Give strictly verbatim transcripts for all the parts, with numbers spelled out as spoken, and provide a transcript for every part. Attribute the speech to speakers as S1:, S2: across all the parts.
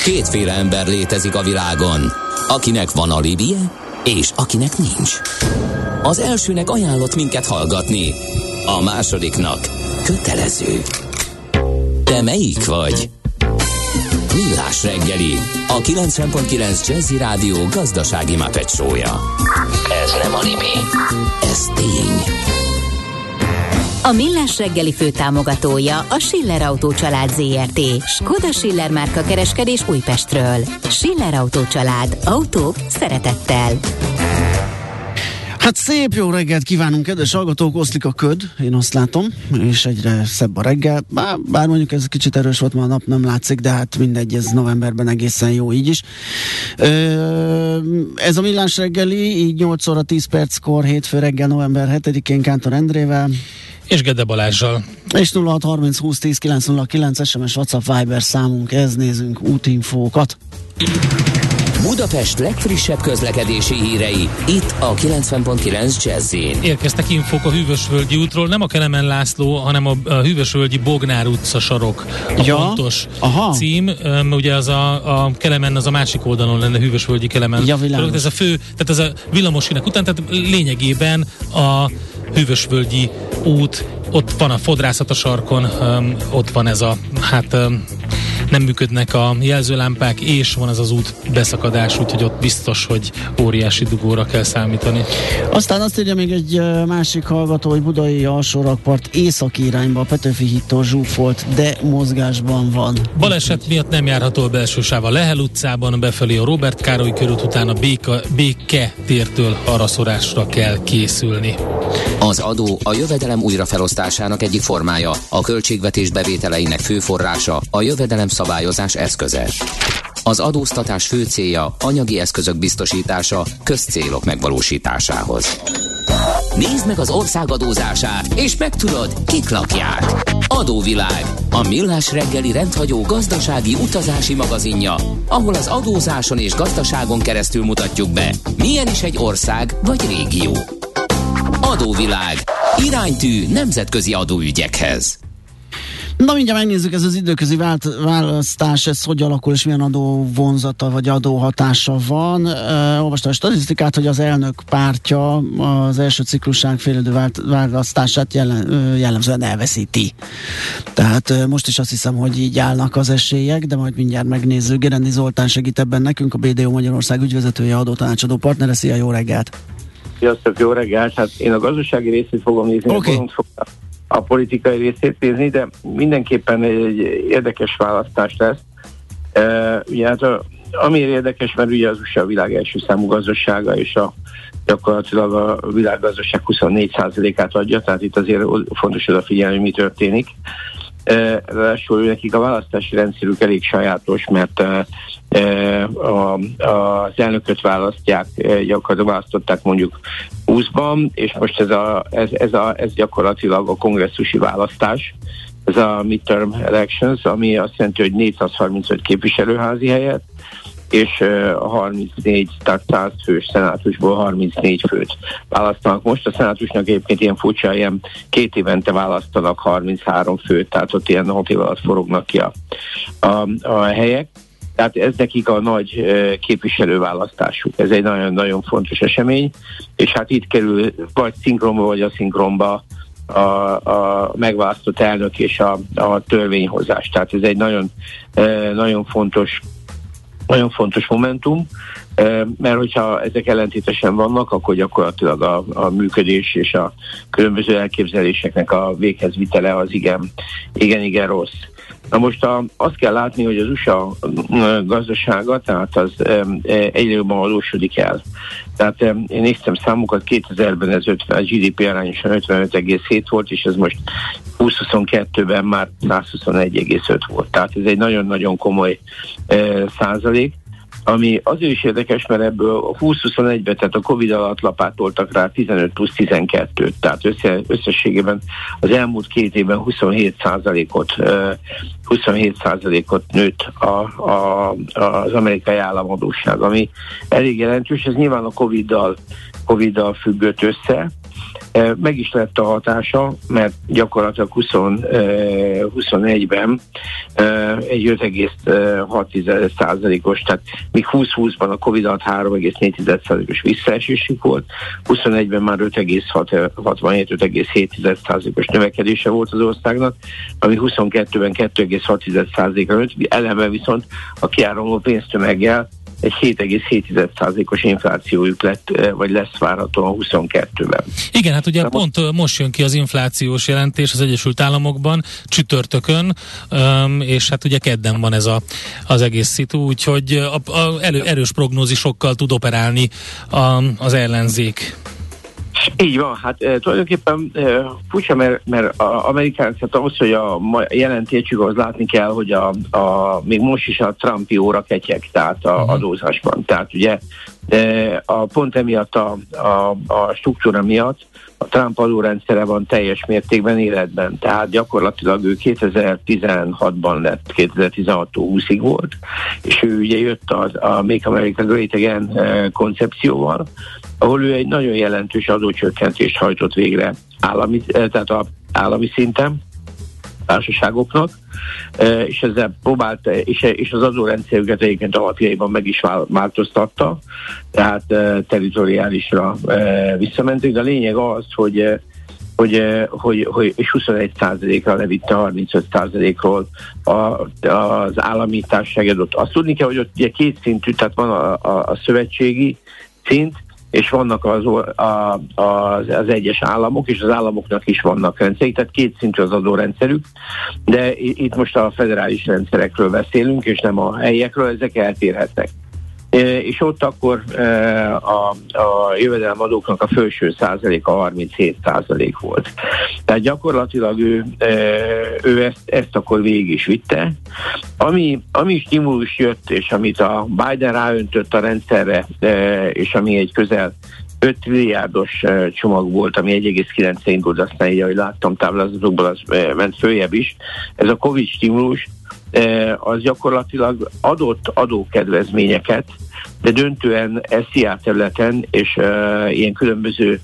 S1: Kétféle ember létezik a világon, akinek van alibije, és akinek nincs. Az elsőnek ajánlott minket hallgatni, a másodiknak kötelező. Te melyik vagy? Millás reggeli, a kilencven pont kilenc Jazzy Rádió gazdasági Muppet show-ja. Ez nem anime, ez tény.
S2: A Millás reggeli főtámogatója a Schiller Autó család zé er té. Skoda Schiller márka kereskedés Újpestről. Schiller Autó család. Autók szeretettel.
S3: Hát szép jó reggelt kívánunk, kedves hallgatók, oszlik a köd, én azt látom, és egyre szebb a reggel, bár, bár mondjuk ez kicsit erős volt, ma a nap nem látszik, de hát mindegy, ez novemberben egészen jó így is. Ö, ez a Millás reggeli, így nyolc óra tíz perckor, hétfő reggel, november hetedikén Kántor Endrével.
S4: És Gede Balázsral.
S3: És nulla hat harminc húsz tíz kilenc nulla kilenc es em es, WhatsApp, Viber számunk, ez nézünk útinfókat.
S1: Budapest legfrissebb közlekedési hírei, itt a kilencven pont kilenc Jazz-in.
S4: Érkeztek infók a Hűvösvölgyi útról, nem a Kelemen László, hanem a, a Hűvösvölgyi Bognár utca sarok a
S3: ja,
S4: pontos
S3: aha.
S4: cím. Um, ugye az a, a Kelemen, az a másik oldalon lenne, Hűvösvölgyi Kelemen.
S3: Ja,
S4: ez a fő, tehát ez a villamosínek után, tehát lényegében a Hűvösvölgyi út, ott van a fodrászat a sarkon, um, ott van ez a, hát um, nem működnek a jelzőlámpák, és van ez az út beszakadás, úgyhogy ott biztos, hogy óriási dugóra kell számítani.
S3: Aztán azt írja még egy másik hallgató, hogy Budai alsórakpart északi irányba a Petőfi hídtól zsúfolt, de mozgásban van.
S4: Baleset miatt nem járható a belső sáv a Lehel utcában, befelé a Róbert Károly körút, után a Béka, Béke tértől arraszorásra kell készülni.
S1: Az adó a jövedelem újrafelosztásának egyik formája, a költségvetés bevételeinek fő forrása, a jövedelem szabályozás eszköze. Az adóztatás fő célja anyagi eszközök biztosítása közcélok megvalósításához. Nézd meg az ország adózását, és megtudod, kik lakják. Adóvilág, a Millás reggeli rendhagyó gazdasági utazási magazinja, ahol az adózáson és gazdaságon keresztül mutatjuk be, milyen is egy ország vagy régió. Adóvilág, iránytű nemzetközi adóügyekhez.
S3: Na mindjárt megnézzük, ez az időközi vált, választás, ez hogy alakul, és milyen adó vonzata vagy adóhatása van. Uh, olvastam a statisztikát, hogy az elnök pártja az első ciklusán félidő vált, választását jellen, uh, jellemzően elveszíti. Tehát uh, most is azt hiszem, hogy így állnak az esélyek, de majd mindjárt megnézzük. Gerendi Zoltán segít ebben nekünk, a bé dé o Magyarország ügyvezetője, adótanácsadó partnere. Szia, jó reggelt!
S5: Sziasztok, jó reggelt! Hát én a gazdasági részét fogom nézni,
S3: okay.
S5: a, a politikai részét nézni, de mindenképpen egy érdekes választás lesz. E, ugye hát a, amiért érdekes, mert ugye az u es á a világ első számú gazdasága, és a, gyakorlatilag a világgazdaság huszonnégy százalékát adja, tehát itt azért fontos odafigyelni, hogy mi történik. Ráadásul nekik a választási rendszerük elég sajátos, mert a, a, az elnököt választják, gyakorlatilag választották mondjuk húszban, és most ez, a, ez, ez, a, ez gyakorlatilag a kongresszusi választás, ez a midterm elections, ami azt jelenti, hogy négyszázharmincöt képviselőházi helyet, és a harmincnégy, tehát száz fős szenátusból harmincnégy főt választanak. Most a szenátusnak egyébként ilyen furcsa, ilyen két évente választanak harminchárom főt, tehát ott ilyen hat év alatt forognak ki a, a, a helyek. Tehát ez nekik a nagy képviselőválasztásuk. Ez egy nagyon-nagyon fontos esemény, és hát itt kerül vagy szinkronba, vagy aszinkronba a, a megválasztott elnök és a, a törvényhozás. Tehát ez egy nagyon, nagyon fontos Nagyon fontos momentum, mert hogyha ezek ellentétesen vannak, akkor gyakorlatilag a, a működés és a különböző elképzeléseknek a véghezvitele az igen, igen, igen rossz. Na most a, azt kell látni, hogy az u es á gazdasága, tehát az egyre jobban valósodik el. Tehát én néztem számokat, kétezerben ez ötven, a gé dé pé arányosan ötvenöt egész hét volt, és ez most húsz-huszonkettőben már százhuszonegy egész öt volt. Tehát ez egy nagyon-nagyon komoly e, százalék, ami azért is érdekes, mert ebből a húsz-huszonegyben, tehát a Covid alatt lapátoltak rá tizenöt plusz tizenkettőt, tehát össze, összességében az elmúlt két évben huszonhét százalékot, huszonhét százalékot nőtt a, a, az amerikai államadósság, ami elég jelentős. Ez nyilván a Coviddal, Coviddal függött össze, Meg is lett a hatása, mert gyakorlatilag húsz, huszonegyben egy öt egész hat százalékos, tehát míg húsz-húszban a Covid alatt három egész négy százalékos visszaesésük volt, huszonegyben már öt egész hatvanhét öt egész hét százalékos növekedése volt az országnak, ami huszonkettőben kettő egész hat százalékra nőtt, ellenben viszont a kiáramló pénztömeggel egy hét egész hét százalékos inflációjuk lett, vagy lesz várhatóan huszonkettőben.
S4: Igen, hát ugye Na, pont most... most jön ki az inflációs jelentés az Egyesült Államokban, csütörtökön, és hát ugye kedden van ez a, az egész szitu, úgyhogy a, a elő, erős prognózisokkal tud operálni a, az ellenzék.
S5: Így van, hát e, tulajdonképpen e, furcsa, mert, mert a Amerikának hát ahhoz, hogy a jelentésük, az látni kell, hogy a, a, még most is a Trumpi óra ketyeg, tehát a adózásban. Tehát ugye e, a pont emiatt a, a, a struktúra miatt a Trump adórendszere van teljes mértékben életben. Tehát gyakorlatilag ő kétezer-tizenhatban lett, kétezer-tizenhattól húszig volt, és ő ugye jött a, a Make America Great Again e, koncepcióval, ahol ő egy nagyon jelentős adócsökkentést hajtott végre állami, tehát a állami szinten társaságoknak, és ezzel próbált, és az adórendszerüket egyébként alapjaiban meg is változtatta, tehát territoriálisra visszamentek, de a lényeg az, hogy hogy, hogy, hogy és huszonegy százalékra levitte harmincöt százalékról a, az állami társaságot. Azt tudni kell, hogy ott ugye két szintű, tehát van a, a, a szövetségi szint, és vannak az, a, az, az egyes államok, és az államoknak is vannak rendszerek, tehát két szintű az adórendszerük, de itt most a federális rendszerekről beszélünk, és nem a helyiekről, ezek eltérhetnek. E, és ott akkor e, a, a jövedelemadóknak a felső százaléka harminchét százalék volt. Tehát gyakorlatilag ő, e, ő ezt, ezt akkor végig is vitte. Ami, ami stimulus jött, és amit a Biden ráöntött a rendszerre, e, és ami egy közel öt milliárdos e, csomag volt, ami egy egész kilenc indult, aztán így, ahogy láttam táblázatokból, az e, ment följebb is. Ez a Covid stimulus, az gyakorlatilag adott adókedvezményeket, de döntően es zé á területen és uh, ilyen különböző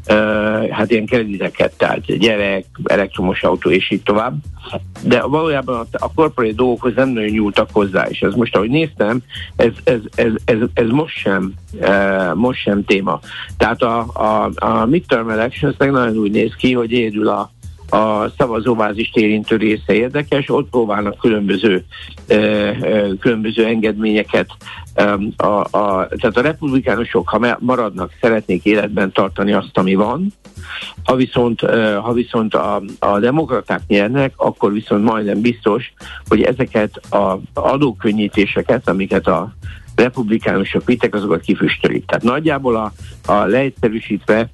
S5: uh, hát ilyen krediteket, tehát gyerek, elektromos autó és így tovább. De valójában a, a corporate dolgokhoz nem nagyon nyúltak hozzá, és ez most, ahogy néztem, ez, ez, ez, ez, ez most, sem, uh, most sem téma. Tehát a, a, a midterm elections nagyon úgy néz ki, hogy egyedül a a szavazóbázist érintő része érdekes, ott próbálnak különböző, ö, ö, különböző engedményeket, ö, a, a, tehát a republikánusok, ha maradnak, szeretnék életben tartani azt, ami van, ha viszont, ö, ha viszont a, a demokraták nyernek, akkor viszont majdnem biztos, hogy ezeket az adókönnyítéseket, amiket a republikánusok vittek, azokat kifüstölik. Tehát nagyjából a, a leegyszerűsítve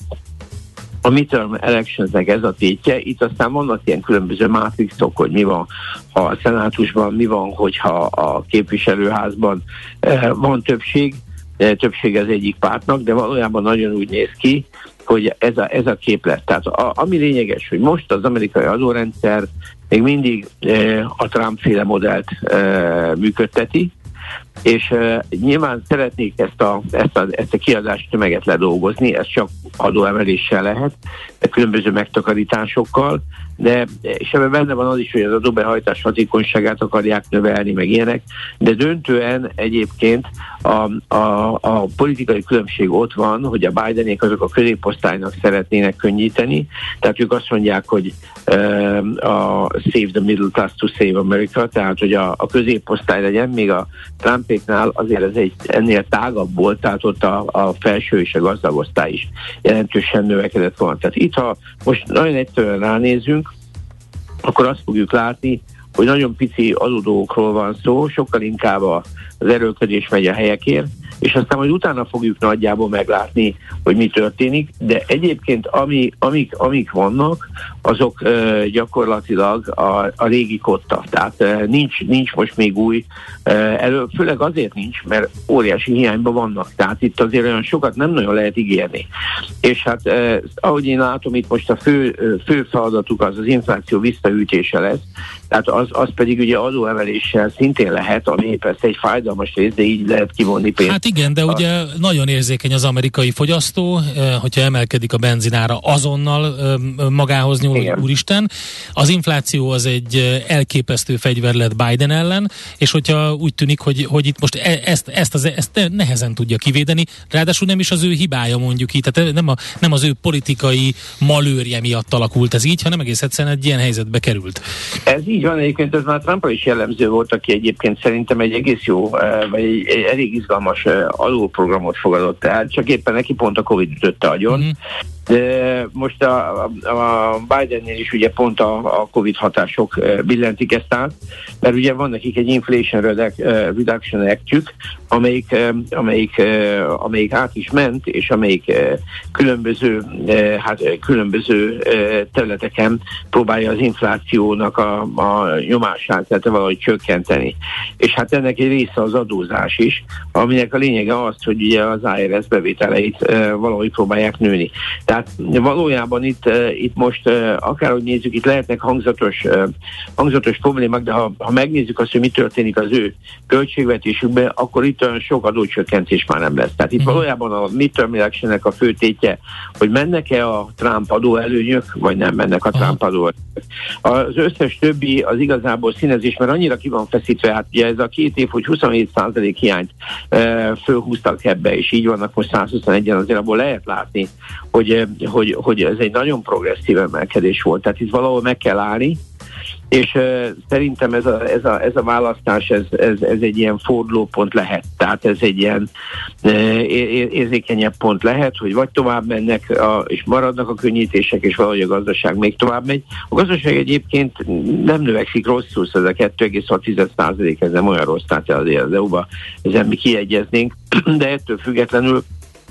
S5: a midterm electionsnek ez a tétje, itt aztán vannak ilyen különböző mátrixok, hogy mi van, ha a szenátusban, mi van, hogyha a képviselőházban eh, van többség, eh, többség az egyik pártnak, de valójában nagyon úgy néz ki, hogy ez a, ez a képlet. Tehát a, ami lényeges, hogy most az amerikai adórendszer még mindig eh, a Trump-féle modellt eh, működteti, és uh, nyilván szeretnék ezt a, ezt a, ezt a kiadási tömeget ledolgozni, ez csak adóemeléssel lehet, de különböző megtakarításokkal, de és ebben benne van az is, hogy az adóbehajtás hatékonyságát akarják növelni, meg ilyenek, de döntően egyébként a, a, a politikai különbség ott van, hogy a Bidenék azok a középosztálynak szeretnének könnyíteni, tehát ők azt mondják, hogy uh, a Save the Middle Class to Save America, tehát hogy a, a középosztály legyen, még a Trumpéknál azért ez egy ennél tágabb volt, tehát ott a, a felső és a gazdag osztály is jelentősen növekedett volna. Tehát itt, ha most nagyon egyszerűen ránézünk, akkor azt fogjuk látni, hogy nagyon pici adódókról van szó, sokkal inkább az erőlködés megy a helyekért, és aztán majd utána fogjuk nagyjából meglátni, hogy mi történik, de egyébként ami, amik, amik vannak, azok uh, gyakorlatilag a, a régi kotta, tehát uh, nincs, nincs most még új, uh, elő, főleg azért nincs, mert óriási hiányban vannak, tehát itt azért olyan sokat nem nagyon lehet ígérni. És hát uh, ahogy én látom, itt most a fő, uh, fő feladatuk az az infláció visszaütése lesz, Tehát az, az pedig ugye adóemeléssel szintén lehet, ami persze egy fájdalmas rész, de így lehet kivonni pénzt.
S4: Hát igen, de ugye nagyon érzékeny az amerikai fogyasztó, hogyha emelkedik a benzinára, azonnal magához nyúl, hogy úristen. Az infláció az egy elképesztő fegyver lett Biden ellen, és hogyha úgy tűnik, hogy, hogy itt most ezt, ezt, az, ezt nehezen tudja kivédeni, ráadásul nem is az ő hibája, mondjuk így, tehát nem, a, nem az ő politikai malőrje miatt alakult ez így, hanem egész egyszerűen egy ilyen helyzetbe került.
S5: Ez így van, egyébként ez már Trumpra is jellemző volt, aki egyébként szerintem egy egész jó, vagy egy, egy elég izgalmas adóprogramot fogadott el, csak éppen neki pont a Covid ütötte agyon. Mm-hmm. De most a, a Bidennél is ugye pont a, a Covid hatások billentik ezt át, mert ugye van nekik egy Inflation Reduction Act-jük, amelyik, amelyik, amelyik át is ment, és amelyik különböző, hát különböző területeken próbálja az inflációnak a, a nyomását, tehát valahogy csökkenteni. És hát ennek egy része az adózás is, aminek a lényege az, hogy ugye az I R S bevételeit valahogy próbálják nőni. Tehát valójában itt, itt most akárhogy nézzük, itt lehetnek hangzatos, hangzatos problémák, de ha, ha megnézzük azt, hogy mi történik az ő költségvetésükben, akkor itt olyan sok adócsökkentés már nem lesz. Tehát itt uh-huh. valójában a midterm electionnek a fő tétje, hogy mennek-e a Trump adóelőnyök, vagy nem mennek a Trump adóelőnyök. Az összes többi az igazából színezés, mert annyira ki van feszítve, hát ugye ez a két év, hogy huszonhét százalék hiányt e, fölhúztak ebbe, és így vannak most száz huszonegyen, azért abból lehet látni, hogy Hogy, hogy ez egy nagyon progresszív emelkedés volt. Tehát itt valahol meg kell állni, és uh, szerintem ez a, ez a, ez a választás, ez, ez, ez egy ilyen fordulópont lehet. Tehát ez egy ilyen uh, érzékenyebb pont lehet, hogy vagy tovább mennek, a, és maradnak a könnyítések, és valahogy a gazdaság még tovább megy. A gazdaság egyébként nem növekszik rosszul, ez a kettő egész hat százalék, ez nem olyan rossz, tehát azért az é u-ba ezen mi kiegyeznénk, de ettől függetlenül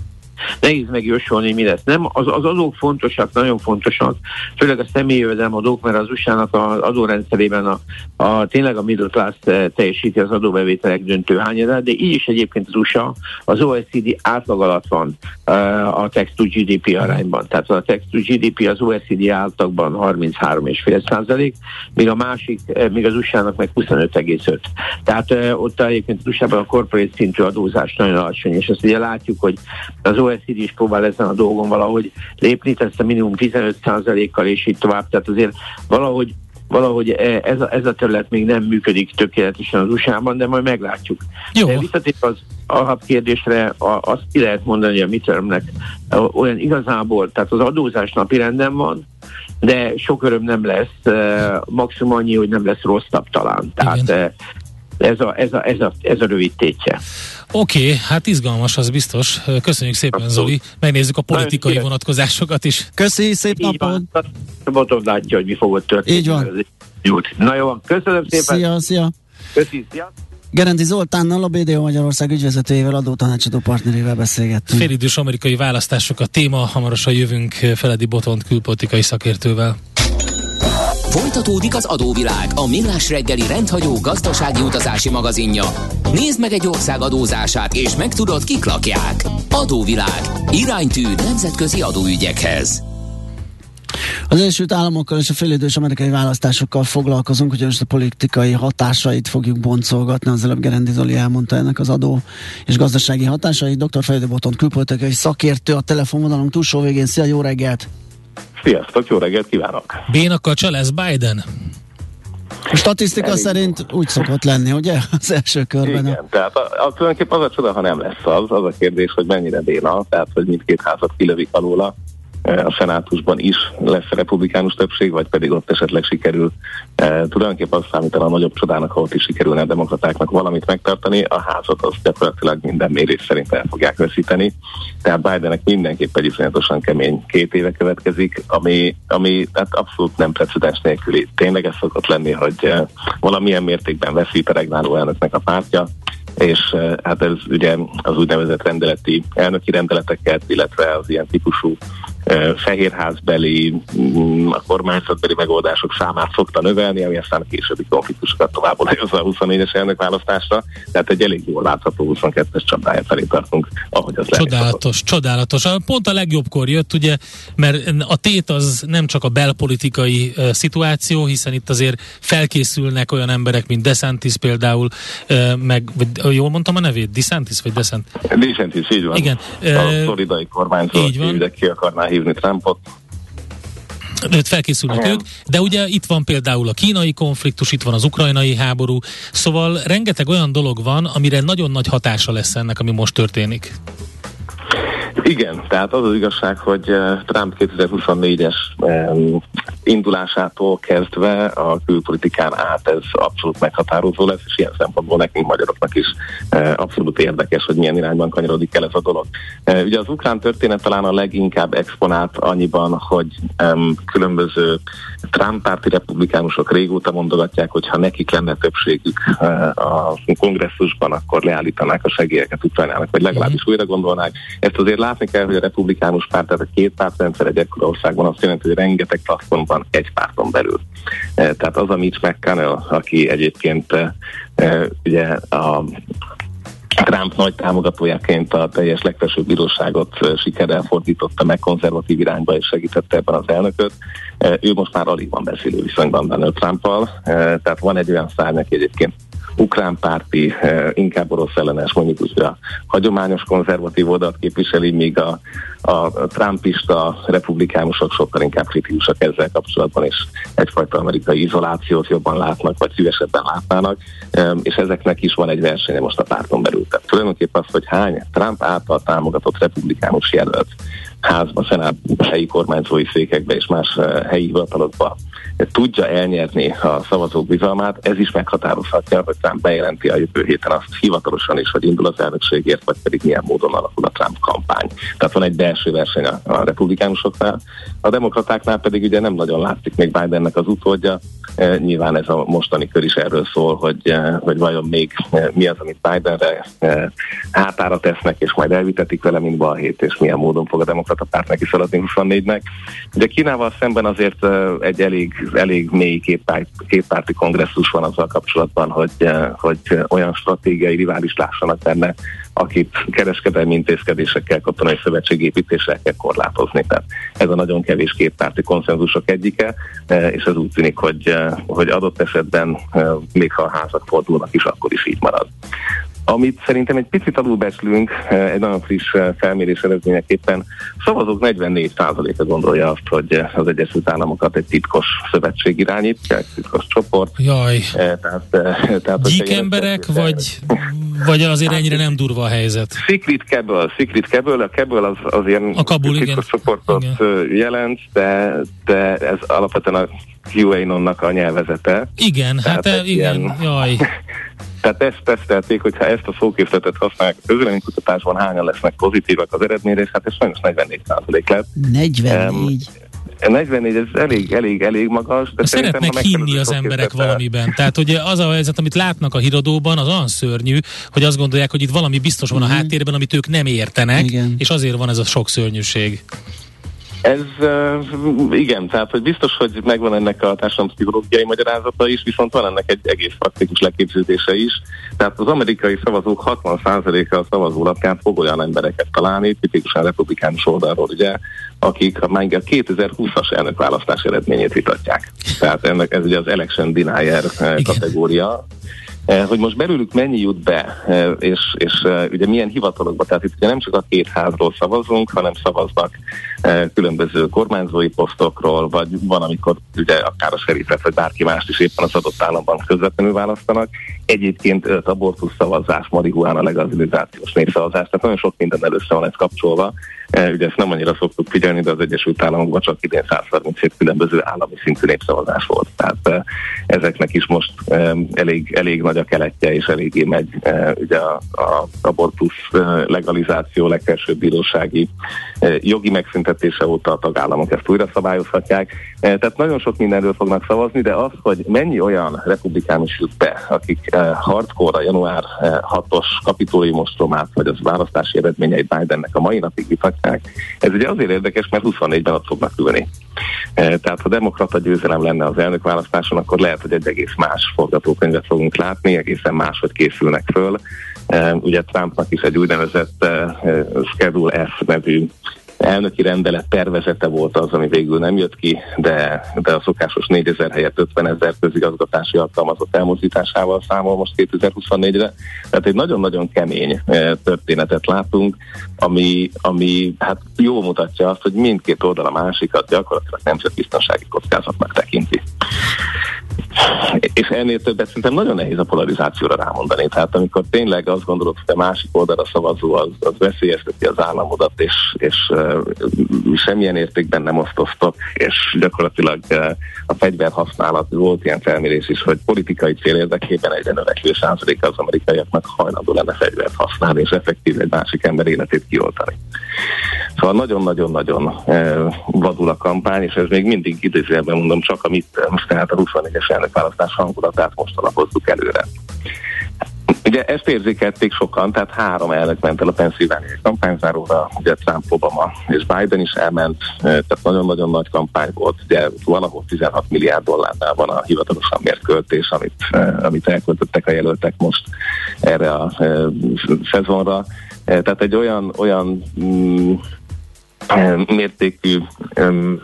S5: nehéz megjósolni, mi lesz. Nem, az, az adók fontosak, nagyon fontosak, főleg a személyi jövedelemadók, mert az u es á-nak az adórendszerében a, a, tényleg a middle class teljesíti az adóbevételek döntő hányadát, de így is egyébként az u es á az o e cé dé átlag alatt van uh, a tax to gé dé pé arányban. Tehát a tax to gé dé pé az o e cé dé átlagban harminchárom egész öt százalék, míg a másik, míg az u es á-nak meg huszonöt egész öt. Tehát uh, ott egyébként az u es á-ban a corporate szintű adózás nagyon alacsony, és azt ugye látjuk, hogy az o e cé dé is próbál ezen a dolgon valahogy lépni, tehát a minimum tizenöt százalékkal és így tovább, tehát azért valahogy, valahogy ez, a, ez a terület még nem működik tökéletesen az u es á-ban, de majd meglátjuk. Visszatérve az alapkérdésre, azt ki lehet mondani, hogy a midtermnek olyan igazából, tehát az adózás napirenden van, de sok öröm nem lesz, maximum annyi, hogy nem lesz rosszabb talán. Tehát ez a, ez, a, ez, a, ez a rövid tétje.
S4: Oké, okay, hát izgalmas, az biztos. Köszönjük szépen, Abszolút. Zoli. Megnézzük a politikai Nagyon vonatkozásokat is.
S3: Köszi, szép napot!
S5: Boton látja, hogy mi fogod történni.
S3: Így van.
S5: Na jó, köszönöm szépen!
S3: Szia, szia!
S5: Köszi, szia!
S3: Gerendi Zoltánnal, a bé dé o Magyarország ügyvezetőjével, adótanácsadó partnerével beszélgettünk.
S4: Félidős amerikai választások a téma, hamarosan jövünk Feledi Botont külpolitikai szakértővel.
S1: Folytatódik az adóvilág, a millás reggeli rendhagyó gazdasági utazási magazinja. Nézd meg egy ország adózását, és megtudod, kik lakják. Adóvilág. Iránytű nemzetközi adóügyekhez.
S3: Az Egyesült Államokkal és a félidős amerikai választásokkal foglalkozunk, ugyanis a politikai hatásait fogjuk boncolgatni. Az előbb Gerendi Zoli elmondta ennek az adó és gazdasági hatásait. doktor Feledi Botont külpolitikai szakértő a telefonvonalunk túlsó végén. Szia, jó reggelt!
S6: Sziasztok, jó reggelt kívánok!
S4: Bénakkal lesz Biden?
S3: A statisztika Elég szerint úgy szokott lenni, ugye? Az első körben.
S6: Igen, a... tehát a, a, tulajdonképpen az a csoda, ha nem lesz az, az a kérdés, hogy mennyire béna, tehát hogy mindkét házat kilövik alóla. A szenátusban is lesz republikánus többség, vagy pedig ott esetleg sikerül. E, tulajdonképpen azt számítan a nagyobb csodának, ha ott is sikerülne a demokratáknak valamit megtartani, a házat az gyakorlatilag minden mérés szerint el fogják veszíteni. Tehát Bidennek mindenképp egy iszonyatosan kemény két éve következik, ami, ami hát abszolút nem precedens nélküli. Tényleg ez szokott lenni, hogy e, valamilyen mértékben veszít a regnáló elnöknek a pártja, és hát ez ugye az úgynevezett rendeleti, elnöki rendeleteket, illetve az ilyen típusú fehérházbeli, a kormányzatbeli megoldások számát szokta növelni, ami aztán a későbbi konfliktusokat tovább olajozza a huszonnégyes elnökválasztásra, tehát egy elég jól látható huszonkettes csapdája felé tartunk, ahogy az
S4: Csodálatos, csodálatos. Pont a legjobbkor jött, ugye, mert a tét az nem csak a belpolitikai uh, szituáció, hiszen itt azért felkészülnek olyan emberek, mint DeSantis például, uh, meg, vagy, jól mondtam a nevét? DeSantis vagy DeSantis?
S6: DeSantis, így van.
S4: Igen.
S6: A floridai kormányzó, aki ki akarná hívni Trumpot.
S4: Őt felkészülnek ők, de ugye itt van például a kínai konfliktus, itt van az ukrajnai háború, szóval rengeteg olyan dolog van, amire nagyon nagy hatása lesz ennek, ami most történik.
S6: Igen, tehát az az igazság, hogy Trump kétezer-huszonnégyes um, indulásától kezdve a külpolitikán át ez abszolút meghatározó lesz, és ilyen szempontból nekünk magyaroknak is uh, abszolút érdekes, hogy milyen irányban kanyarodik el ez a dolog. Uh, ugye az ukrán történet talán a leginkább exponált annyiban, hogy um, különböző Trump-párti republikánusok régóta mondogatják, hogy ha nekik lenne többségük uh, a kongresszusban, akkor leállítanák a segélyeket Ukrajnának, vagy legalábbis újra gondolnák. Ezt azért látni kell, hogy a republikánus párt, tehát a két pártrendszer egy ekkora országban azt jelenti, hogy rengeteg platform van egy párton belül. Tehát az a Mitch McConnell, aki egyébként ugye a Trump nagy támogatójaként a teljes legfelsőbb bíróságot sikerrel fordította meg konzervatív irányba és segítette ebben az elnököt. Ő most már alig van beszélő viszonyban Donald Trumpal, tehát van egy olyan szárny, aki egyébként ukrán párti, inkább orosz ellenes, mondjuk úgy a hagyományos konzervatív oldalt képviseli, míg a, a trumpista republikánusok sokkal inkább kritikusak ezzel kapcsolatban, és egyfajta amerikai izolációt jobban látnak, vagy szívesebben látnának, és ezeknek is van egy versenye most a párton belül. Tehát tulajdonképpen az, hogy hány Trump által támogatott republikánus jelölt házba, szenátban, helyi kormányzói székekbe és más helyi hivatalokba tudja elnyerni a szavazók bizalmát, ez is meghatározhatja, hogy Trump bejelenti a jövő héten azt hivatalosan is, hogy indul az elnökségért, vagy pedig milyen módon alakul a Trump kampány. Tehát van egy belső verseny a, a republikánusoknál. A demokratáknál pedig ugye nem nagyon látszik még Bidennek az utódja. E, nyilván ez a mostani kör is erről szól, hogy, e, hogy vajon még e, mi az, amit Bidenre e, hátára tesznek, és majd elvitetik vele, mint balhét, és milyen módon fog a demokrata párt neki szaladni huszonnégynek. Ugye Kínával szemben azért e, egy elég, elég mély képpárt, képpárti kongresszus van azzal kapcsolatban, hogy, e, hogy olyan stratégiai rivális lássanak benne, akit kereskedelmi intézkedésekkel, katonai szövetségépítéssel kell korlátozni. Tehát ez a nagyon kevés képpárti konszenzusok egyike, és ez úgy tűnik, hogy, hogy adott esetben még ha a házak fordulnak is, akkor is így marad. Amit szerintem egy picit alulbecslünk, egy nagyon friss felmérés eredményeképpen, szavazók negyvennégy százaléka gondolja azt, hogy az Egyesült Államokat egy titkos szövetség irányít, egy titkos csoport.
S4: Jaj.
S6: Tehát, tehát,
S4: gyík emberek, vagy, vagy azért ennyire nem durva a helyzet?
S6: Secret Cabal, Secret Cabal, a Cabal az azért
S4: a Kabul,
S6: titkos
S4: igen.
S6: csoportot igen. jelent, de, de ez alapvetően a QAnon-nak a nyelvezete.
S4: Igen, tehát hát igen, ilyen, jaj.
S6: Tehát ezt tesztelték, hogyha ezt a szókészletet használják a közvéleménykutatásban, hányan lesznek pozitívak az eredményre, és hát ez sajnos negyvennégy százalék lett.
S3: negyvennégy?
S6: Um, negyvennégy, ez elég, elég, elég magas. De
S4: szeretnek hinni az emberek valamiben. Tehát ugye az a helyzet, amit látnak a híradóban, az olyan szörnyű, hogy azt gondolják, hogy itt valami biztos van a háttérben, amit ők nem értenek, igen. És azért van ez a sok szörnyűség.
S6: Ez uh, igen, tehát hogy biztos, hogy megvan ennek a társadalomszpszichológiai magyarázata is, viszont van ennek egy egész praktikus leképződése is. Tehát az amerikai szavazók hatvan százaléka a szavazólapján fog olyan embereket találni, tipikusan republikánus oldalról, ugye, akik már a kétezer-húszas elnökválasztás eredményét vitatják. Tehát ennek, ez ugye az election denier igen. kategória. Hogy most belőlük mennyi jut be, és, és ugye milyen hivatalokba, tehát itt ugye nem csak a két házról szavazunk, hanem szavaznak különböző kormányzói posztokról, vagy van, amikor ugye akár a serifet, vagy bárki mást is éppen az adott államban közvetlenül választanak. Egyébként öt abortusz szavazás, marihuána legalizációs népszavazás, tehát nagyon sok minden először van ez kapcsolva. Ugye ezt nem annyira szoktuk figyelni, de az Egyesült Államokban csak idén száz harminchét különböző állami szintű népszavazás volt. Tehát ezeknek is most elég, elég nagy a keletje, és eléggé megy ugye a, a abortusz legalizáció legfelsőbb bírósági jogi megszüntetése óta a tagállamok ezt újra szabályozhatják. Tehát nagyon sok mindenről fognak szavazni, de az, hogy mennyi olyan republikánus jut be, akik hardcore a január hatos kapitólium ostromát, vagy az választási eredményeit Bidennek a mai napig vitatják, választják. Ez ugye azért érdekes, mert huszonnégyben ott fognak ülni. Tehát ha demokrata győzelem lenne az elnökválasztáson, akkor lehet, hogy egy egész más forgatókönyvet fogunk látni, egészen máshogy készülnek föl. Ugye Trumpnak is egy úgynevezett Schedule F nevű elnöki rendelet tervezete volt az, ami végül nem jött ki, de, de a szokásos négyezer helyett ötvenezer közigazgatási alkalmazott elmozdításával számol most kétezer-huszonnégyre. Tehát egy nagyon-nagyon kemény történetet látunk, ami, ami hát jól mutatja azt, hogy mindkét oldal a másikat gyakorlatilag nemzetbiztonsági kockázatnak tekinti. És ennél többet szerintem nagyon nehéz a polarizációra rámondani. Tehát amikor tényleg azt gondolod, hogy a másik oldalra szavazó az, az veszélyezteti az államodat, és, és uh, semmilyen értékben nem osztoztok, és gyakorlatilag uh, a fegyverhasználat, volt ilyen felmérés is, hogy politikai cél érdekében egyre növekvő százalék az amerikaiaknak hajlandó lenne fegyvert használni, és effektív egy másik ember életét kioltani. Szóval nagyon-nagyon-nagyon uh, vadul a kampány, és ez még mindig idézőjelben mondom csak a midterms, tehát a huszonnégyes elnökválasztás hangulatát most alapozzuk előre. Ugye ezt érzékelték sokan, tehát három elnök ment el a Pennsylvániai kampányzáróra, ugye Trump, Obama és Biden is elment, tehát nagyon-nagyon nagy kampány volt, ugye valahol tizenhat milliárd dollárnál van a hivatalosan mért költés, amit, amit elköltöttek a jelöltek most erre a szezonra. Tehát egy olyan, olyan mm, mértékű um,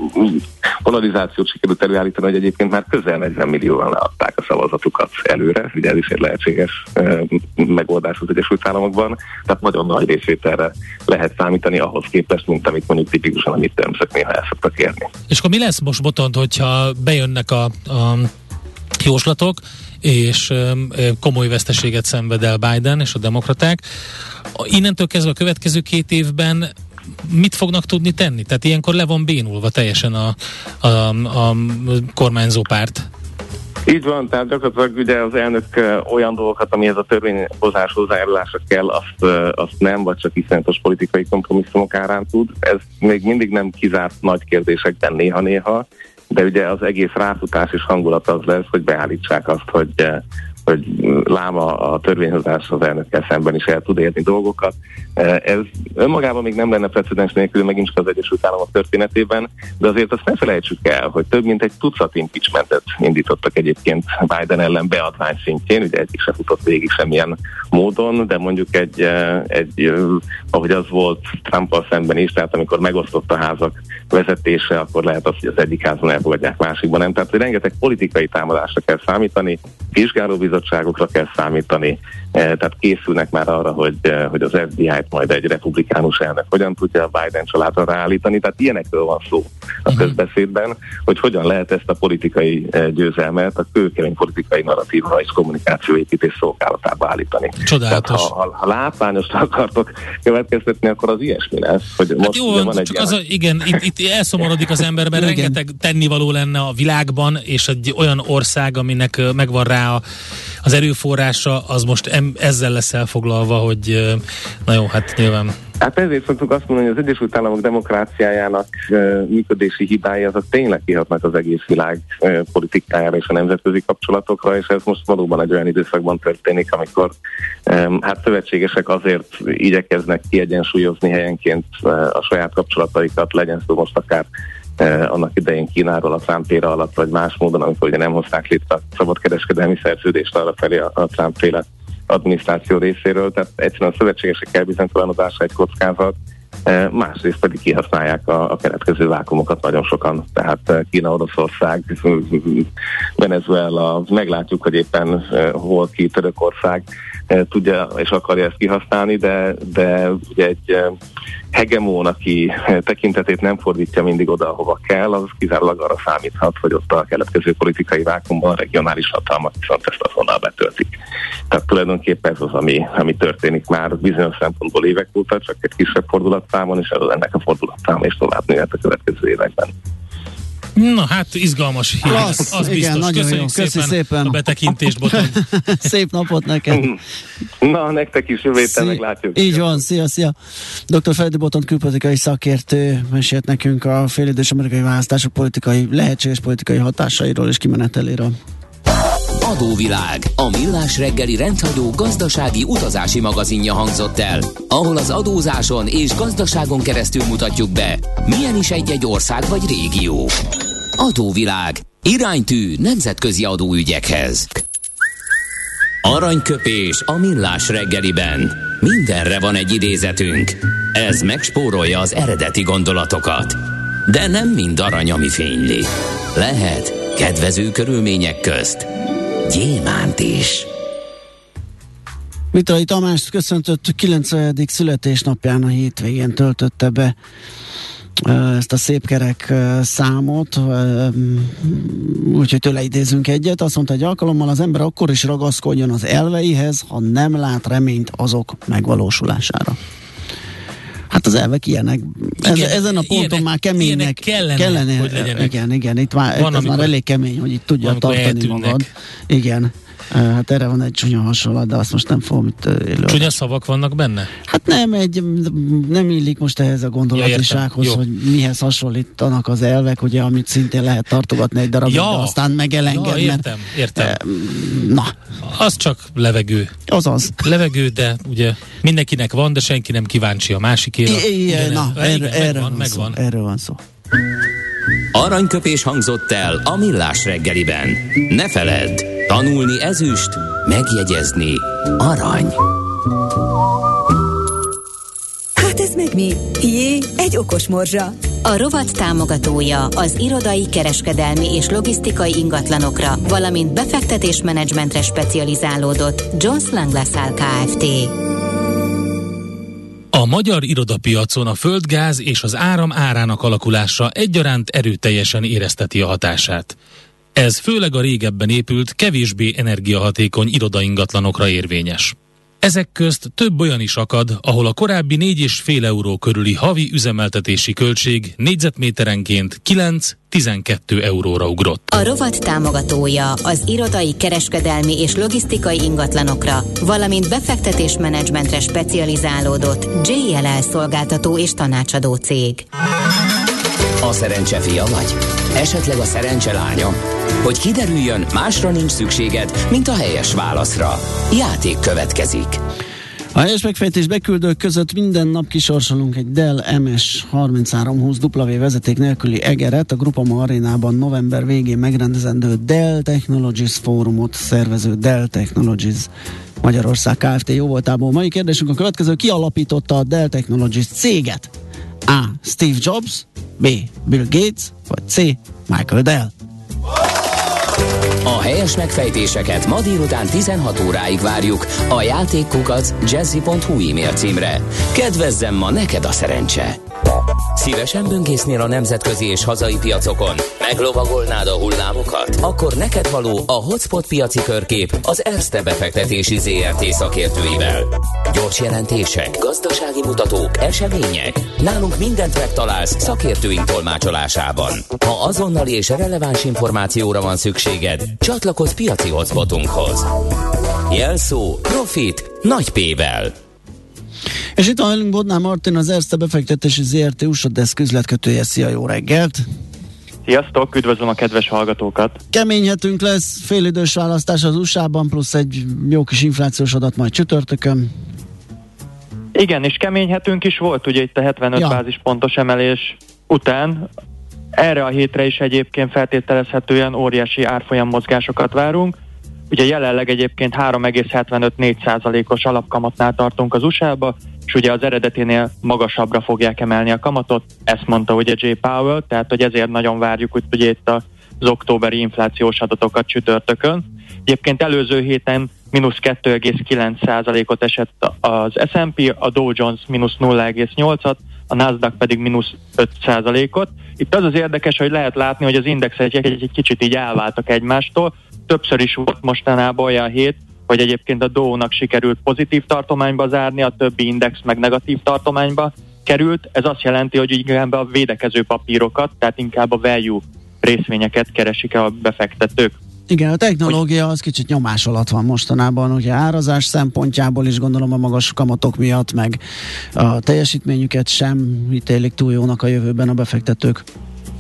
S6: polarizációt sikerült előállítani, hogy egyébként már közel negyven millióan leadták a szavazatukat előre, ugye ez is egy lehetséges uh, megoldás az Egyesült Államokban, tehát nagyon nagy részvételre lehet számítani ahhoz képest, mint amit mondjuk tipikusan a midtermsök néha el szoktak érni.
S4: És akkor mi lesz most, Botond, hogyha bejönnek a, a jóslatok, és um, komoly veszteséget szenved el Biden és a demokraták? Innentől kezdve a következő két évben mit fognak tudni tenni? Tehát ilyenkor le van bénulva teljesen a, a, a kormányzó párt.
S6: Így van, tehát gyakorlatilag ugye az elnök olyan dolgokat, amihez a törvényhozás hozzájárulása kell, azt, azt nem, vagy csak iszonyatos politikai kompromisszumok árán tud. Ez még mindig nem kizárt nagy kérdésekben néha-néha, de ugye az egész ráfutás és hangulat az lesz, hogy beállítsák azt, hogy hogy láma a törvényhozás az elnökkel szemben is el tud érni dolgokat. Ez önmagában még nem lenne precedens nélkül, megint csak az Egyesült Államok történetében, de azért azt ne felejtsük el, hogy több mint egy tucat impeachmentet indítottak egyébként Biden ellen beadvány szintjén, ugye egyik se futott végig semmilyen módon, de mondjuk egy, egy ahogy az volt Trumpal szemben is, tehát amikor megosztott a házak vezetése, akkor lehet az, hogy az egyik házban elfogadják, másikban nem. Tehát, hogy rengeteg politikai támadásra kell számítani, vizsgálóbizottságokra kell számítani, tehát készülnek már arra, hogy, hogy az ef bé i-t majd egy republikánus elnök hogyan tudja a Biden családra ráállítani, tehát ilyenekről van szó a közbeszédben, hogy hogyan lehet ezt a politikai győzelmet a kőkemény politikai narratíva és kommunikációépítés szolgálatába állítani.
S4: Csodálatos.
S6: Tehát ha, ha, ha látványosra akartok következtetni, akkor az ilyesmi lesz. Hogy
S4: hát
S6: most
S4: jó,
S6: van
S4: csak
S6: egy
S4: az a, igen, itt, itt elszomorodik az ember, mert rengeteg tennivaló lenne a világban, és egy olyan ország, aminek megvan rá a, az erőforrása, az most em, ezzel lesz elfoglalva, hogy na jó, hát nyilván.
S6: Hát ezért szoktuk azt mondani, hogy az Egyesült Államok demokráciájának uh, működési hibái azok tényleg kihatnak az egész világ uh, politikájára és a nemzetközi kapcsolatokra, és ez most valóban egy olyan időszakban történik, amikor um, hát szövetségesek azért igyekeznek kiegyensúlyozni helyenként uh, a saját kapcsolataikat, legyen szó most akár Uh, annak idején Kínáról a Trump-éra alatt, vagy más módon, amikor ugye nem hozták létre a szabadkereskedelmi szerződést arra felé a, a Trump-féle adminisztráció részéről, tehát egyszerűen a szövetségesek elbizonytalanodása egy kockázat, uh, másrészt pedig kihasználják a, a keletkező vákumokat nagyon sokan, tehát uh, Kína, Oroszország, Venezuela, meglátjuk, hogy éppen uh, hol ki Törökország uh, tudja és akarja ezt kihasználni, de, de ugye egy uh, hegemón, aki tekintetét nem fordítja mindig oda, ahova kell, az kizárólag arra számíthat, hogy ott a keletkező politikai vákumban a regionális hatalmak viszont ezt azonnal betöltik. Tehát tulajdonképpen ez az, ami, ami történik már bizonyos szempontból évek óta, csak egy kisebb fordulatszámon, és ennek a fordulatszáma is tovább nőhet a következő években.
S4: Na hát, izgalmas hír.
S3: Klassz,
S4: az
S3: igen,
S4: biztos. Köszönjük szépen, szépen a betekintést, Botond.
S3: Szép napot neked.
S6: Na, nektek is jövő héten meglátjuk.
S3: Így van, szia, szia. doktor Feledi Botond külpolitikai szakértő mesélt nekünk a félidős amerikai választások politikai, lehetséges politikai hatásairól és kimeneteléről.
S1: Adóvilág, a millás reggeli rendhagyó gazdasági utazási magazinja hangzott el, ahol az adózáson és gazdaságon keresztül mutatjuk be, milyen is egy-egy ország vagy régió. Adóvilág, iránytű nemzetközi adóügyekhez. Aranyköpés a millás reggeliben. Mindenre van egy idézetünk. Ez megspórolja az eredeti gondolatokat. De nem mind arany, ami fényli. Lehet kedvező körülmények közt gyémánt is.
S3: Vitrai Tamást köszöntöttük, kilencvenedik születésnapján a hétvégén töltötte be ezt a szép kerek számot, úgyhogy tőle idézünk egyet. Azt mondta egy alkalommal, az ember akkor is ragaszkodjon az elveihez, ha nem lát reményt azok megvalósulására. Hát az elvek ilyenek. Ez,
S4: igen,
S3: ezen a ponton
S4: ilyenek,
S3: már keménynek
S4: kellene,
S3: kellene,
S4: hogy legyenek.
S3: Igen, igen, itt már,
S4: van,
S3: ez már elég kemény, hogy itt tudja tartani
S4: eltűnnek.
S3: magad. Igen. Hát erre van egy csúnya hasonlat, de azt most nem fogom itt élő.
S4: Csúnya szavak vannak benne?
S3: Hát nem, egy, nem illik most ehhez a gondolatisághoz,
S4: ja,
S3: hogy mihez hasonlítanak az elvek, ugye, amit szintén lehet tartogatni egy darabig,
S4: ja.
S3: de aztán megelenged.
S4: Ja, értem, értem.
S3: Mert, na.
S4: Az csak levegő.
S3: Azaz.
S4: Levegő, de ugye mindenkinek van, de senki nem kíváncsi a másikére.
S3: I- igen, na,
S4: igen,
S3: erre, erre
S4: megvan,
S3: van
S4: megvan.
S3: Szó, erről van szó.
S1: Aranyköpés hangzott el a millás reggeliben. Ne feledd, tanulni ezüst, megjegyezni arany.
S7: Hát ez meg mi? Jé, egy okos morzsa.
S2: A rovat támogatója az irodai, kereskedelmi és logisztikai ingatlanokra, valamint befektetésmenedzsmentre specializálódott Jones Lang LaSalle Kft.
S4: A magyar irodapiacon a földgáz és az áram árának alakulása egyaránt erőteljesen érezteti a hatását. Ez főleg a régebben épült, kevésbé energiahatékony irodaingatlanokra érvényes. Ezek közt több olyan is akad, ahol a korábbi négy és fél euró körüli havi üzemeltetési költség négyzetméterenként kilenc-tizenkét euróra ugrott.
S2: A rovat támogatója az irodai, kereskedelmi és logisztikai ingatlanokra, valamint befektetésmenedzsmentre specializálódott jé el el szolgáltató és tanácsadó cég.
S1: A szerencse fia vagy? Esetleg a szerencse lánya? Hogy kiderüljön, másra nincs szükséged, mint a helyes válaszra. Játék következik.
S3: A helyes megfejtés beküldők között minden nap kisorsolunk egy Dell em es harminchárom-húsz W vezeték nélküli egeret. A Grupama Arénában november végén megrendezendő Dell Technologies fórumot szervező Dell Technologies Magyarország Kft. Jóvoltából. Mai kérdésünk a következő: ki alapította a Dell Technologies céget? A. Steve Jobs, B. Bill Gates, vagy C. Michael Dell.
S1: A helyes megfejtéseket ma délután tizenhat óráig várjuk a játékkukac jazzy pont hu e-mail címre. Kedvezzem ma neked a szerencse! Szívesen böngésznél a nemzetközi és hazai piacokon? Meglovagolnád a hullámokat? Akkor neked való a Hotspot piaci körkép az Erste befektetési zé er té szakértőivel. Gyors jelentések, gazdasági mutatók, események. Nálunk mindent megtalálsz szakértőink tolmácsolásában. Ha azonnali és releváns információra van szükséged, csatlakozz piaci hotspotunkhoz. Jelszó Profit nagy P-vel.
S3: És itt van velünk Bodnár Martin, az Erste befektetési zé er té u es á Desk üzletkötője. Szia, jó reggelt!
S8: Sziasztok, üdvözlöm a kedves hallgatókat!
S3: Kemény hetünk lesz, félidős választás az u es á-ban, plusz egy jó kis inflációs adat majd csütörtökön.
S8: Igen, és kemény hetünk is volt, ugye itt a hetvenöt
S3: ja.
S8: bázispontos emelés után. Erre a hétre is egyébként feltételezhetően óriási árfolyam mozgásokat várunk. Ugye jelenleg egyébként három egész hetvenöt négy százalékos alapkamatnál tartunk az u es á-ba, és ugye az eredeténél magasabbra fogják emelni a kamatot, ezt mondta ugye Jay Powell, tehát hogy ezért nagyon várjuk hogy ugye itt az októberi inflációs adatokat csütörtökön. Egyébként előző héten mínusz kettő egész kilenc százalékot esett az es and pé, a Dow Jones mínusz nulla egész nyolcat, a Nasdaq pedig mínusz öt százalékot. Itt az az érdekes, hogy lehet látni, hogy az indexek egy, egy kicsit így elváltak egymástól. Többször is volt mostanában olyan hét, hogy egyébként a Dow-nak sikerült pozitív tartományba zárni, a többi index meg negatív tartományba került. Ez azt jelenti, hogy inkább a védekező papírokat, tehát inkább a value részvényeket keresik el a befektetők.
S3: Igen, a technológia az kicsit nyomás alatt van mostanában, ugye árazás szempontjából is gondolom a magas kamatok miatt, meg a teljesítményüket sem ítélik túl jónak a jövőben a befektetők.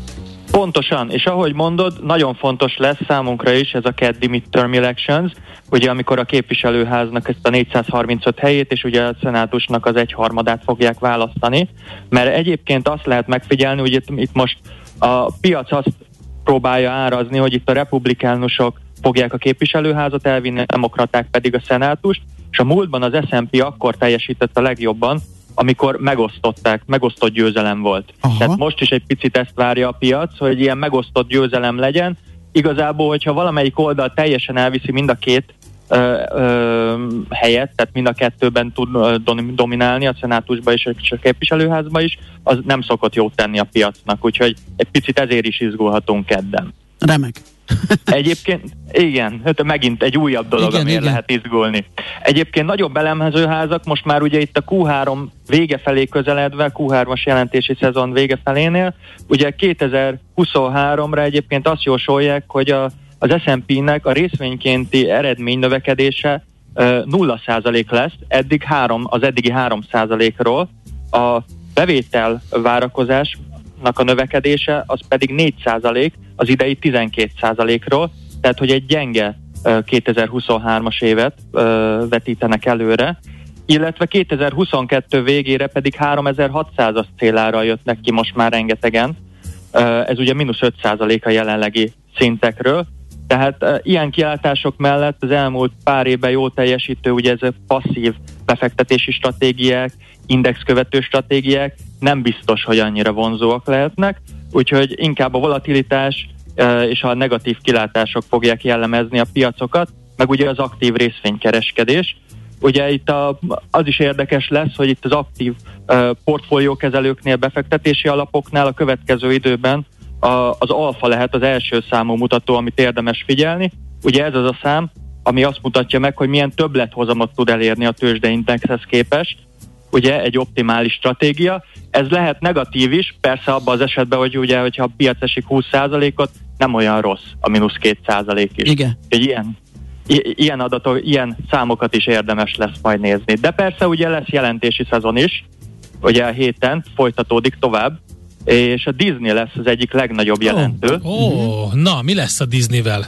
S8: Pontosan, és ahogy mondod, nagyon fontos lesz számunkra is ez a keddi midterm elections, ugye amikor a képviselőháznak ezt a négyszázharmincöt helyét, és ugye a szenátusnak az egyharmadát fogják választani, mert egyébként azt lehet megfigyelni, hogy itt, itt most a piac azt próbálja árazni, hogy itt a republikánusok fogják a képviselőházat elvinni, a demokraták pedig a szenátust, és a múltban az es and pé akkor teljesített a legjobban, amikor megosztották, megosztott győzelem volt. Aha. Tehát most is egy picit ezt várja a piac, hogy ilyen megosztott győzelem legyen. Igazából, hogyha valamelyik oldal teljesen elviszi mind a két ö, ö, helyet, tehát mind a kettőben tud ö, dominálni, a szenátusban és a képviselőházban is, az nem szokott jót tenni a piacnak, úgyhogy egy picit ezért is izgulhatunk kedden.
S3: Remek.
S8: Egyébként, igen, hát megint egy újabb dolog, igen, amiért igen. lehet izgulni. Egyébként nagyobb elemzőházak most már ugye itt a kú három vége felé közeledve, kú hármas jelentési szezon vége felénél, ugye kétezer-huszonháromra egyébként azt jósolják, hogy a, az es and pé-nek a részvénykénti eredmény növekedése uh, nulla százalék lesz, eddig három, az eddigi három százalékról, a bevétel várakozás a növekedése, az pedig négy százalék az idei tizenkét százalékról, tehát hogy egy gyenge uh, kétezer-huszonhármas évet uh, vetítenek előre, illetve kétezer-huszonkettő végére pedig háromezer-hatszázas célára jöttnek ki most már rengetegen. Uh, ez ugye mínusz öt százalék a jelenlegi szintekről, tehát uh, ilyen kilátások mellett az elmúlt pár évben jól teljesítő, ugye ez a passzív befektetési stratégiák, indexkövető stratégiák nem biztos, hogy annyira vonzóak lehetnek, úgyhogy inkább a volatilitás uh, és a negatív kilátások fogják jellemezni a piacokat, meg ugye az aktív részvénykereskedés. Ugye itt a, az is érdekes lesz, hogy itt az aktív uh, portfóliókezelőknél, befektetési alapoknál a következő időben a, az alfa lehet az első számú mutató, amit érdemes figyelni. Ugye ez az a szám, ami azt mutatja meg, hogy milyen többlethozamot tud elérni a tőzsdeindexhez képest. Ugye egy optimális stratégia. Ez lehet negatív is, persze abban az esetben, hogy ugye, hogyha a piac esik húsz százalékot, nem olyan rossz a mínusz két százalék is.
S3: Igen.
S8: Egy ilyen, i- ilyen adatok, ilyen számokat is érdemes lesz majd nézni. De persze ugye lesz jelentési szezon is, ugye a héten folytatódik tovább, és a Disney lesz az egyik legnagyobb jelentő.
S4: Ó, oh, oh, na, mi lesz a Disneyvel?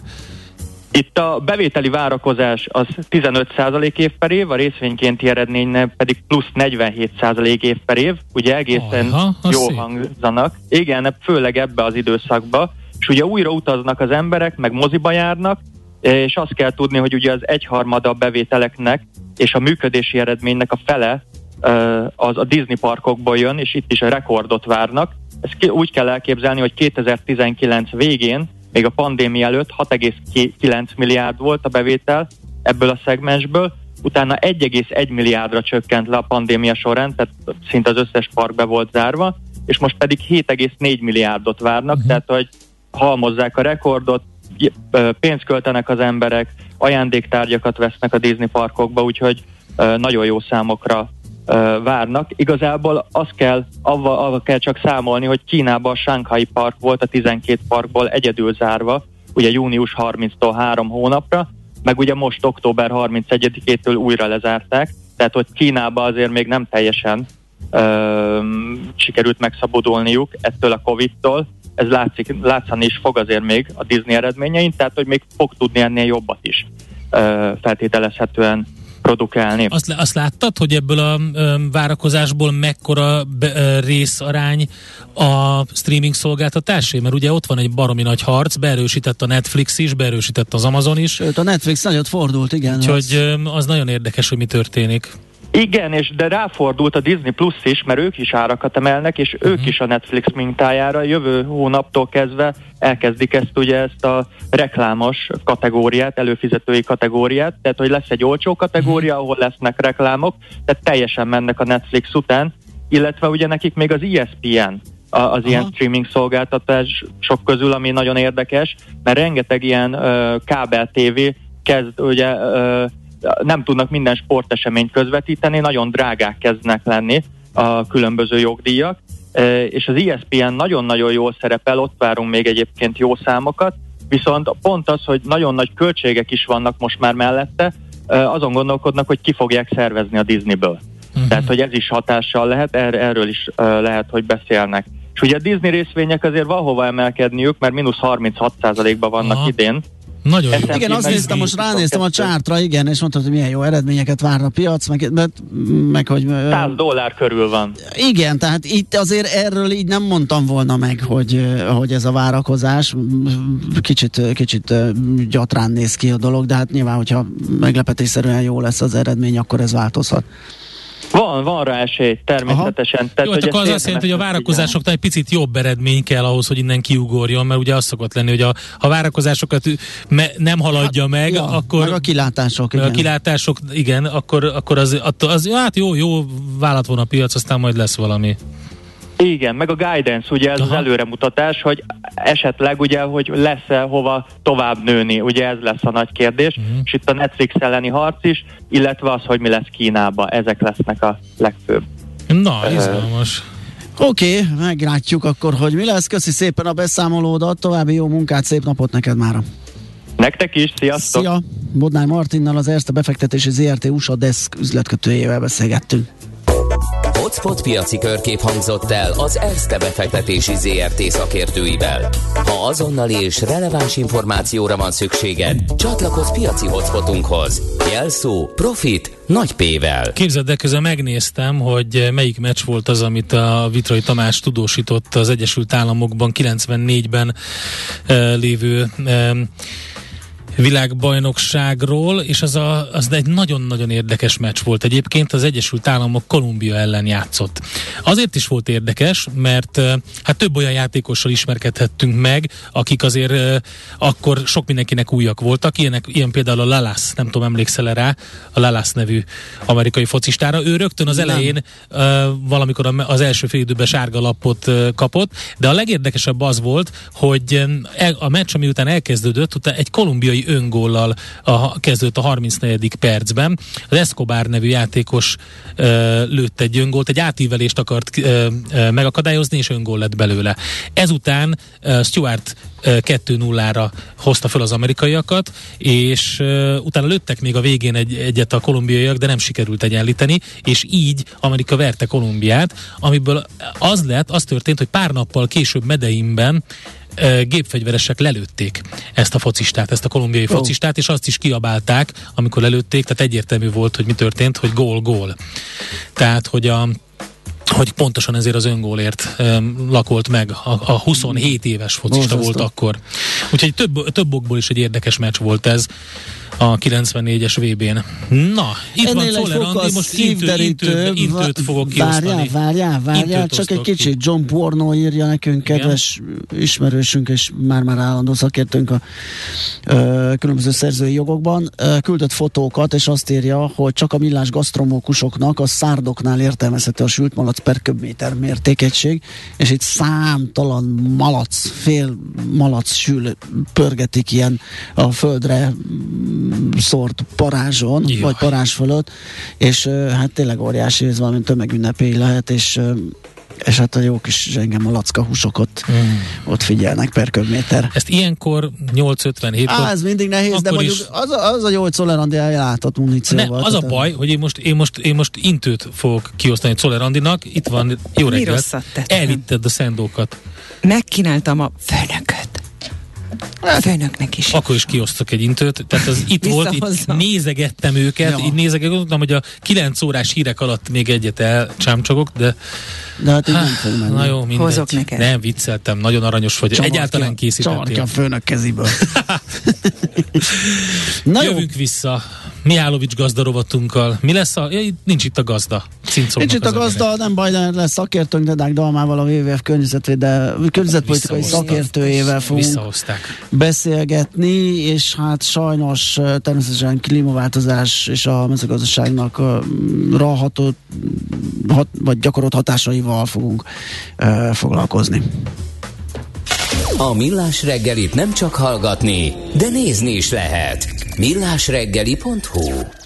S8: Itt a bevételi várakozás az tizenöt százalék év per év, a részvénykénti eredménynek pedig plusz negyvenhét százalék év per év, ugye egészen
S4: Aha,
S8: jól
S4: szép.
S8: hangzanak. Igen, főleg ebbe az időszakba, és ugye újra utaznak az emberek, meg moziba járnak, és azt kell tudni, hogy ugye az egyharmada a bevételeknek és a működési eredménynek a fele az a Disney parkokból jön, és itt is a rekordot várnak. Ezt úgy kell elképzelni, hogy kétezer-tizenkilenc végén, még a pandémia előtt hat egész kilenc milliárd volt a bevétel ebből a szegmensből, utána egy egész egy milliárdra csökkent le a pandémia során, tehát szinte az összes park be volt zárva, és most pedig hét egész négy milliárdot várnak, uh-huh. tehát hogy halmozzák a rekordot, pénzt költenek az emberek, ajándéktárgyakat vesznek a Disney parkokba, úgyhogy nagyon jó számokra várnak. Igazából azt kell, avval, avval kell csak számolni, hogy Kínában a Shanghai park volt a tizenkét parkból egyedül zárva, ugye június harmincadikáig három hónapra, meg ugye most október harmincegyedikétől újra lezárták, tehát hogy Kínában azért még nem teljesen ö, sikerült megszabadulniuk ettől a Covid-tól. Ez látszik, látszani is fog azért még a Disney eredményein, tehát hogy még fog tudni ennél jobbat is ö, feltételezhetően produkálni.
S4: Azt, azt láttad, hogy ebből a ö, várakozásból mekkora be, ö, részarány a streaming szolgáltatásé? Mert ugye ott van egy baromi nagy harc, beerősített a Netflix is, beerősített az Amazon is.
S3: Sőt, a Netflix nagyot fordult, igen.
S4: Úgyhogy az... az nagyon érdekes, hogy mi történik.
S8: Igen, és de ráfordult a Disney Plus is, mert ők is árakat emelnek, és uh-huh. ők is a Netflix mintájára jövő hónaptól kezdve elkezdik ezt ugye ezt a reklámos kategóriát, előfizetői kategóriát, tehát hogy lesz egy olcsó kategória, ahol lesznek reklámok, tehát teljesen mennek a Netflix után, illetve ugye nekik még az E S P N, az Aha. ilyen streaming szolgáltatás sok közül, ami nagyon érdekes, mert rengeteg ilyen uh, kábel tévé kezd ugye uh, nem tudnak minden sporteseményt közvetíteni, nagyon drágák kezdnek lenni a különböző jogdíjak, és az E S P N nagyon-nagyon jól szerepel, ott várunk még egyébként jó számokat, viszont pont az, hogy nagyon nagy költségek is vannak most már mellette, azon gondolkodnak, hogy ki fogják szervezni a Disneyből. Uh-huh. Tehát, hogy ez is hatással lehet, er- erről is lehet, hogy beszélnek. És ugye a Disney részvények azért valahova emelkedniük, mert mínusz harminchat százalékban vannak Aha. idén.
S4: Nagyon jó.
S3: Igen, azt néztem, most ránéztem a csártra, igen, és mondtad, hogy milyen jó eredményeket várna a piac, meg, meg, meg hogy...
S8: száz dollár körül van.
S3: Igen, tehát itt azért erről így nem mondtam volna meg, hogy, hogy ez a várakozás. Kicsit, kicsit gyatrán néz ki a dolog, de hát nyilván, hogyha meglepetésszerűen jó lesz az eredmény, akkor ez változhat.
S8: Van, van rá esély, természetesen.
S4: Tehát, jó, csak az azt jelenti, hogy a várakozásoknál egy picit jobb eredmény kell ahhoz, hogy innen kiugorjon, mert ugye az szokott lenni, hogy a, ha várakozásokat me, nem haladja hát, meg, ja, akkor...
S3: Meg a kilátások,
S4: igen. A kilátások, igen, akkor, akkor az, az, az, hát jó, jó vállalat van a piac, aztán majd lesz valami.
S8: Igen, meg a guidance, ugye ez Aha. az előremutatás, hogy esetleg ugye, hogy lesz-e hova tovább nőni, ugye ez lesz a nagy kérdés, uh-huh. és itt a Netflix elleni harc is, illetve az, hogy mi lesz Kínában, ezek lesznek a legfőbb.
S4: Na, izgalmas.
S3: Oké, okay, meglátjuk akkor, hogy mi lesz. Köszi szépen a beszámolódat, további jó munkát, szép napot neked mára.
S8: Nektek is, sziasztok!
S3: Szia! Bodnár Martinnal, az Erste befektetési zé er té u es á Desk üzletkötőjével beszélgettünk.
S1: Hotspot piaci körkép hangzott el az Erste befektetési zé er té szakértőivel. Ha azonnali és releváns információra van szükséged, csatlakozz piaci hotspotunkhoz. Jelszó Profit nagy P-vel.
S4: Képzeld el, közben megnéztem, hogy melyik meccs volt az, amit a Vitrai Tamás tudósított az Egyesült Államokban kilencvennégyben uh, lévő uh, világbajnokságról, és az, a, az egy nagyon-nagyon érdekes meccs volt egyébként, az Egyesült Államok Kolumbia ellen játszott. Azért is volt érdekes, mert hát több olyan játékossal ismerkedhettünk meg, akik azért akkor sok mindenkinek újak voltak, Ilyenek, ilyen például a Lalas, nem tudom, emlékszel rá, a Lalas nevű amerikai focistára. Ő rögtön az elején uh, valamikor az első fél időben sárga lapot uh, kapott, de a legérdekesebb az volt, hogy a meccs, ami után elkezdődött, utána egy kolumbiai öngóllal a, kezdődött a harmincnegyedik percben. Az Escobar nevű játékos ö, lőtt egy öngólt, egy átívelést akart ö, ö, megakadályozni, és öngól lett belőle. Ezután ö, Stuart ö, kettő nullára hozta fel az amerikaiakat, és ö, utána lőttek még a végén egy, egyet a kolumbiaiak, de nem sikerült egyenlíteni, és így Amerika verte Kolumbiát, amiből az lett, az történt, hogy pár nappal később Medellinben gépfegyveresek lelőtték ezt a focistát, ezt a kolumbiai oh. focistát, és azt is kiabálták, amikor lelőtték, tehát egyértelmű volt, hogy mi történt, hogy gól, gól. Tehát, hogy a hogy pontosan ezért az öngólért um, lakolt meg. A, a huszonhét éves focista volt akkor. Úgyhogy több, több okból is egy érdekes meccs volt ez a kilencvennégyes vé bén. Na, itt ennél van Czoller Andi, most intő, intő, intőt fogok kiosztani.
S3: Várjál, várjál, várjál, csak egy kicsit. John Porno írja nekünk, kedves Igen. ismerősünk, és már-már állandó szakértőnk a ö, különböző szerzői jogokban. Ö, küldött fotókat, és azt írja, hogy csak a millás gasztromókusoknak a szárdoknál értelmezhető a sült malac per köbméter mértékegység, és itt számtalan malac, fél malac sül, pörgetik ilyen a földre szórt parázson, Jó. vagy parázs fölött, és uh, hát tényleg óriási, ez valami tömegünnepély lehet, és, uh, és hát a jó kis zsenge malacka húsokat mm. ott figyelnek per köbméter.
S4: Ezt ilyenkor nyolc ötvenhét
S3: Á, ez mindig nehéz, de mondjuk is... az, a, az a jó, hogy Czoller Andi ellátott munícióval.
S4: Ne, az a baj, hogy én most, én, most, én most intőt fogok kiosztani Czoller Andinak, itt van, jó reggelt, elvitted a szendókat.
S9: Megkínáltam a főnököt. A főnöknek is.
S4: Akkor is kiosztok egy intőt, tehát az itt volt, itt nézegettem őket, ja. így nézegettem, hogy a kilenc órás hírek alatt még egyet elcsámcsogok, de
S3: de hát így nem fog menni.
S4: Na jó, mindegy.
S9: Hozok neked.
S4: Nem, vicceltem, nagyon aranyos vagy. Csavart egyáltalán készítettél.
S3: Csavart ki a főnök keziből.
S4: Na Jövünk jó. vissza Mihálovics gazdarovatunkkal. Mi lesz a... Ja, nincs itt a gazda.
S3: Nincs itt a gazda, emberek. Nem baj, de lesz szakértőnk, Dedák Dalmával, a dupla vé vé ef környezetpolitikai szakértőjével fogunk beszélgetni, és hát sajnos természetesen klímaváltozás és a mezőgazdaságnak raható hat, vagy gyakorolt hatásaival fogunk uh, foglalkozni.
S1: A Millás reggelit nem csak hallgatni, de nézni is lehet. millásreggeli pont hu